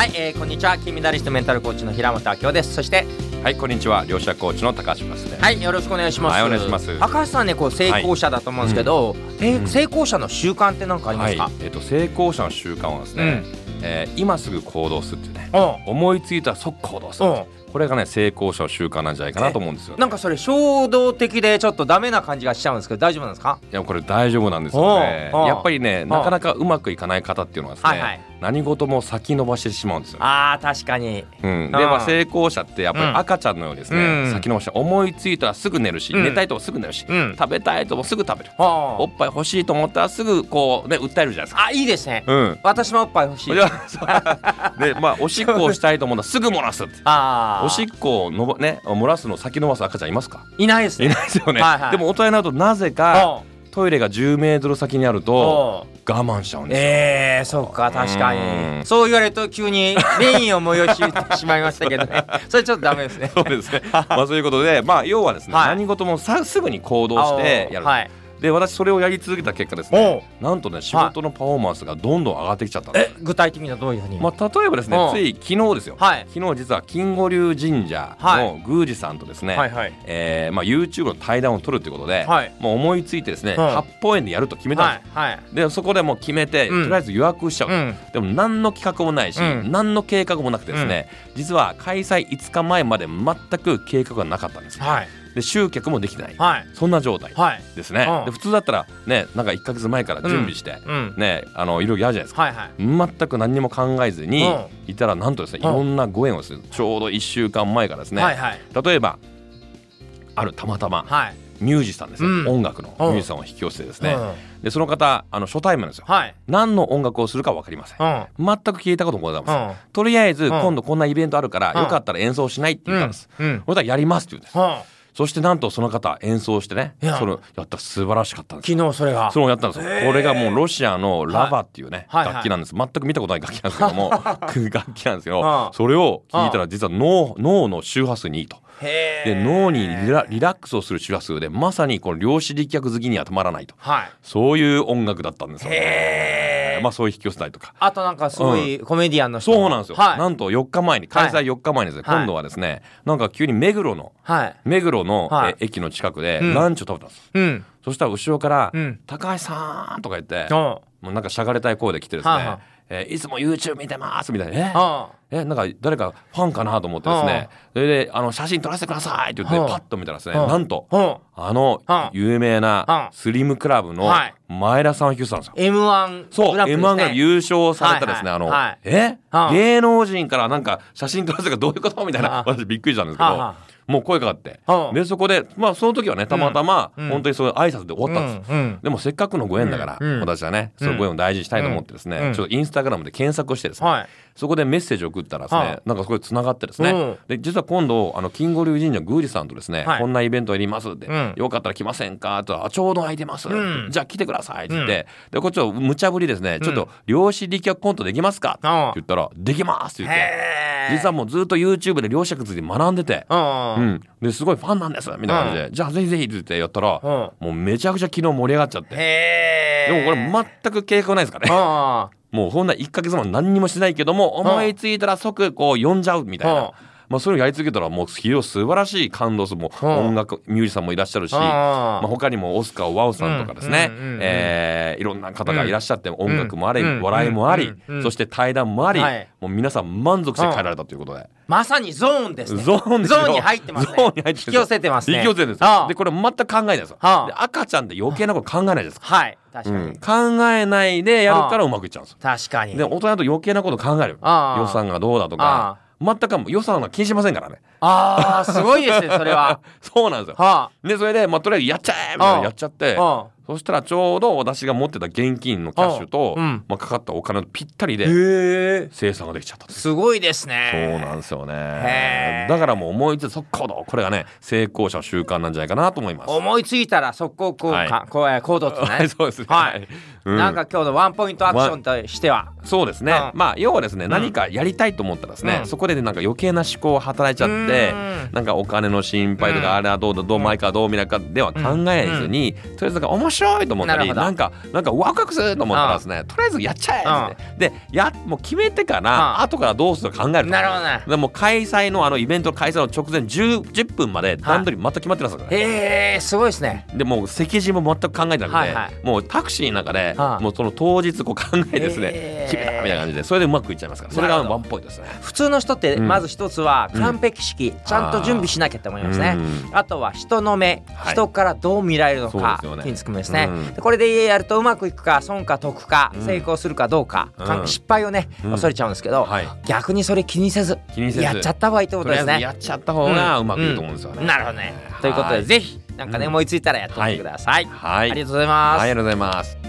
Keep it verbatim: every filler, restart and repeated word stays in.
はい、えー、こんにちは。金メダリストメンタルコーチの平本明夫です。そしてはい、こんにちは。両者コーチの高橋ですね。 はい、よろしくお願いします。 はい、お願いします。 高橋さんね、こう成功者だと思うんですけど、はい、うん、成功者の習慣って何かありますか？ はい、えーと、成功者の習慣はですね、うん、えー、今すぐ行動するっていうね、思いついたら即行動する、これがね成功者の習慣なんじゃないかなと思うんですよ、ね、 なんかそれ衝動的でちょっとダメな感じがしちゃうんですけど、大丈夫なんですか？ いや、これ大丈夫なんですよね。やっぱりね、なかなかうまくいかない方っていうのはですね、はいはい、何事も先延ばしてしまうんですよ、ね、 あー確かに、 うん、で、まあ、成功者ってやっぱり赤ちゃんのようにですね、うん、先延ばして思いついたらすぐ寝るし、うん、寝たいともすぐ寝るし、うん、食べたいともすぐ食べる、うん、おっぱい欲しいと思ったらすぐこうね訴えるじゃないですか。 あ、いいですね、 うん、 私もおっぱい欲しいで、 まあ、おしっこをしたいと思ったらすぐ漏らすってあおしっこをのぼ、ね、漏らすのを先延ばす赤ちゃんいますか？ いないですね。 いないですよね、 はいはい、でも大人になるとなぜかトイレがじゅうメートル先にあると我慢しちゃうんですよ。 えー、そうか、確かにそう言われると急にメインを催してしまいましたけどねそれちょっとダメですね。 そうですねまあそういうことで、まあ、要はですね、はい、何事もさすぐに行動してやる、はい、で私それをやり続けた結果ですね、なんとね仕事のパフォーマンスがどんどん上がってきちゃったんです。 え、具体的にはどういうふうに？ まあ、例えばですね、つい昨日ですよ、はい、昨日実は金吾流神社の宮司さんとですね、はいはい、えーまあ、YouTube の対談を取るということで、はい、もう思いついてですね、うん、はっぽうえんでやると決めたんです、はいはい、でそこでもう決めて、うん、とりあえず予約しちゃう、うん、でも何の企画もないし、うん、何の計画もなくてですね、うん、実は開催いつかまえまで全く計画がなかったんです、はい、で集客もできてない、はい、そんな状態ですね、はい、で普通だったらね、なんかいっかげつまえから準備して、うん、ね、あのいろいろやるじゃないですか、はいはい、全く何にも考えずにいたら、なんとですね、いろんなご縁をする、ちょうどいっしゅうかんまえからですね、はいはい、例えばあるたまたま、はい、ミュージシャンですね、うん、音楽のミュージシャンを引き寄せてですね、うん、でその方あの初対面なんですよ、はい、何の音楽をするか分かりません、うん、全く聞いたこともございません、うん、とりあえず今度こんなイベントあるから、うん、よかったら演奏しないって言ったんです、うんうん、そしたらやりますって言うんです、うん、そしてなんとその方演奏してね、そのやったら素晴らしかったんです。 昨日それがそれをやったんですよ。これがもうロシアのラバっていうね、はい、楽器なんです、はいはい、全く見たことない楽器なんですけども楽器なんですけど、それを聞いたら実は脳、脳の周波数にいいと。で脳にリ ラ, リラックスをする周波数で、まさにこの量子力学好きにはたまらないと、はい、そういう音楽だったんですよね。へまあそういう引き寄せたりとか、 あとなんかすごいコメディアンの人、 うん、そうなんですよ、はい、なんとよっかまえに開催よっかまえにですね、はい、今度はですね、なんか急に目黒の、はい、目黒の、はい、え駅の近くでランチを食べたんです、うん、そしたら後ろから、うん、高橋さんとか言って、うん、もうなんかしゃがれたい声で来てですね、はあはあ、えー、いつも YouTube 見てますみたいな、え、はあ、えなんか誰かファンかなと思ってですね、それであの写真撮らせてくださいって言ってパッと見たらですね、なんとあの有名なスリムクラブの前田さんを引き寄せたんですよ。 エムワングランプリですね。 エムワン が優勝されたですね、あのえ芸能人からなんか写真撮らせてかどういうことみたいな、私びっくりしたんですけど、もう声かかって、でそこでまあその時はねたまたま本当にそういう挨拶で終わったんです、うん、でもせっかくのご縁だから、うん、私はねそのご縁を大事にしたいと思ってですね、うん、ちょっとインスタグラムで検索をしてですね、はい、そこでメッセージを送ったらですね、はい、なんかそこでつながってですね、うん、で実は今度あの金吾流神社宮司さんとですね、はい、こんなイベントやりますって、うん、よかったら来ませんかと、あちょうど空いてます、うん、じゃあ来てくださいって言って、うん、でこっちを無茶ぶりですね、ちょっと量子力学コントできますかって言ったら、できますって言って、実はもうずっと YouTube で量子力について学んでて、うん、ですごいファンなんですみたいな感じで、うん、じゃあぜひぜひって言ってやったら、うん、もうめちゃくちゃ昨日盛り上がっちゃって、へでもこれ全く計画ないですかねもうそんないっかげつも何にもしないけども、思いついたら即こう呼んじゃうみたいな、まあ、それをやり続けたらもう素晴らしい感動する、もう音楽ミュージシャンもいらっしゃるし、まあ、他にもオスカー・ワウさんとかですね、うんうんうんえー、いろんな方がいらっしゃって、音楽もあり、うん、笑いもあり、うん、そして対談もあり、はい、もう皆さん満足して帰られたということで、 まさにゾーンですね。 ゾーンですよ。 ゾーンに入ってますね。 ゾーンに入って引き寄せてますね。 引き寄せてるんです、はあ、でこれ全く考えないですよ、はあ、で赤ちゃんって余計なこと考えないですか、 はい、確かに、 うん、考えないでやるからうまくいっちゃうんですよ、 はあ、確かに。 で大人と余計なこと考える、はあ、予算がどうだとか、全く予算は気にしませんからね。 あーすごいですねそれはそうなんですよ、はあ、でそれで、まあ、とりあえずやっちゃえみたいなやっちゃって、はあ、そしたらちょうど私が持ってた現金のキャッシュと、うんまあ、かかったお金とぴったりで生産ができちゃった。 すごいですね。 そうなんですよね。だからもう思いついた速攻動、これがね成功者の習慣なんじゃないかなと思います。 思いついたら速攻こう、はい、こう行動ってね、 はい、そうですね、 はい、うん、なんか今日のワンポイントアクションとしてはそうですね、うん、まあ要はですね、うん、何かやりたいと思ったらですね、うん、そこで、ね、なんか余計な思考が働いちゃって、なんかお金の心配とか、うん、あれはどうだどう前かどう見ないかでは考えずに、うん、とりあえずなんか面白いと思ったりな, なんかなんかワクワクすると思ったらですね、とりあえずやっちゃえって、でやもう決めてから後からどうするか考える。 なるほどね。 でも開催のあのイベントの開催の直前 10, じゅっぷんまで段取り全く決まってますからね。 へえ、すごいですね。 でもう席次も全く考えてなくて、はいはい、もうタクシーの中でもうその当日こう考えてですね決めたみたいな感じで、それでうまくいっちゃいますから、それがワンポイントですね。 普通の人ってまず一つは完璧式、うん、ちゃんと準備しなきゃって思いますね。 あ, あとは人の目、はい、人からどう見られるのか気につくんですね、うん、でこれでやるとうまくいくか損か得か、うん、成功するかどうか、うん、失敗をね、うん、恐れちゃうんですけど、はい、逆にそれ気にせずやっちゃった方がいいってことですね。 やっちゃった方がうまくいくと思うんですよね、 うんうん、なるほどね。ということでぜひなんかね、思いついたらやってみてください、 はい、 ありがとうございます。 はい、ありがとうございます。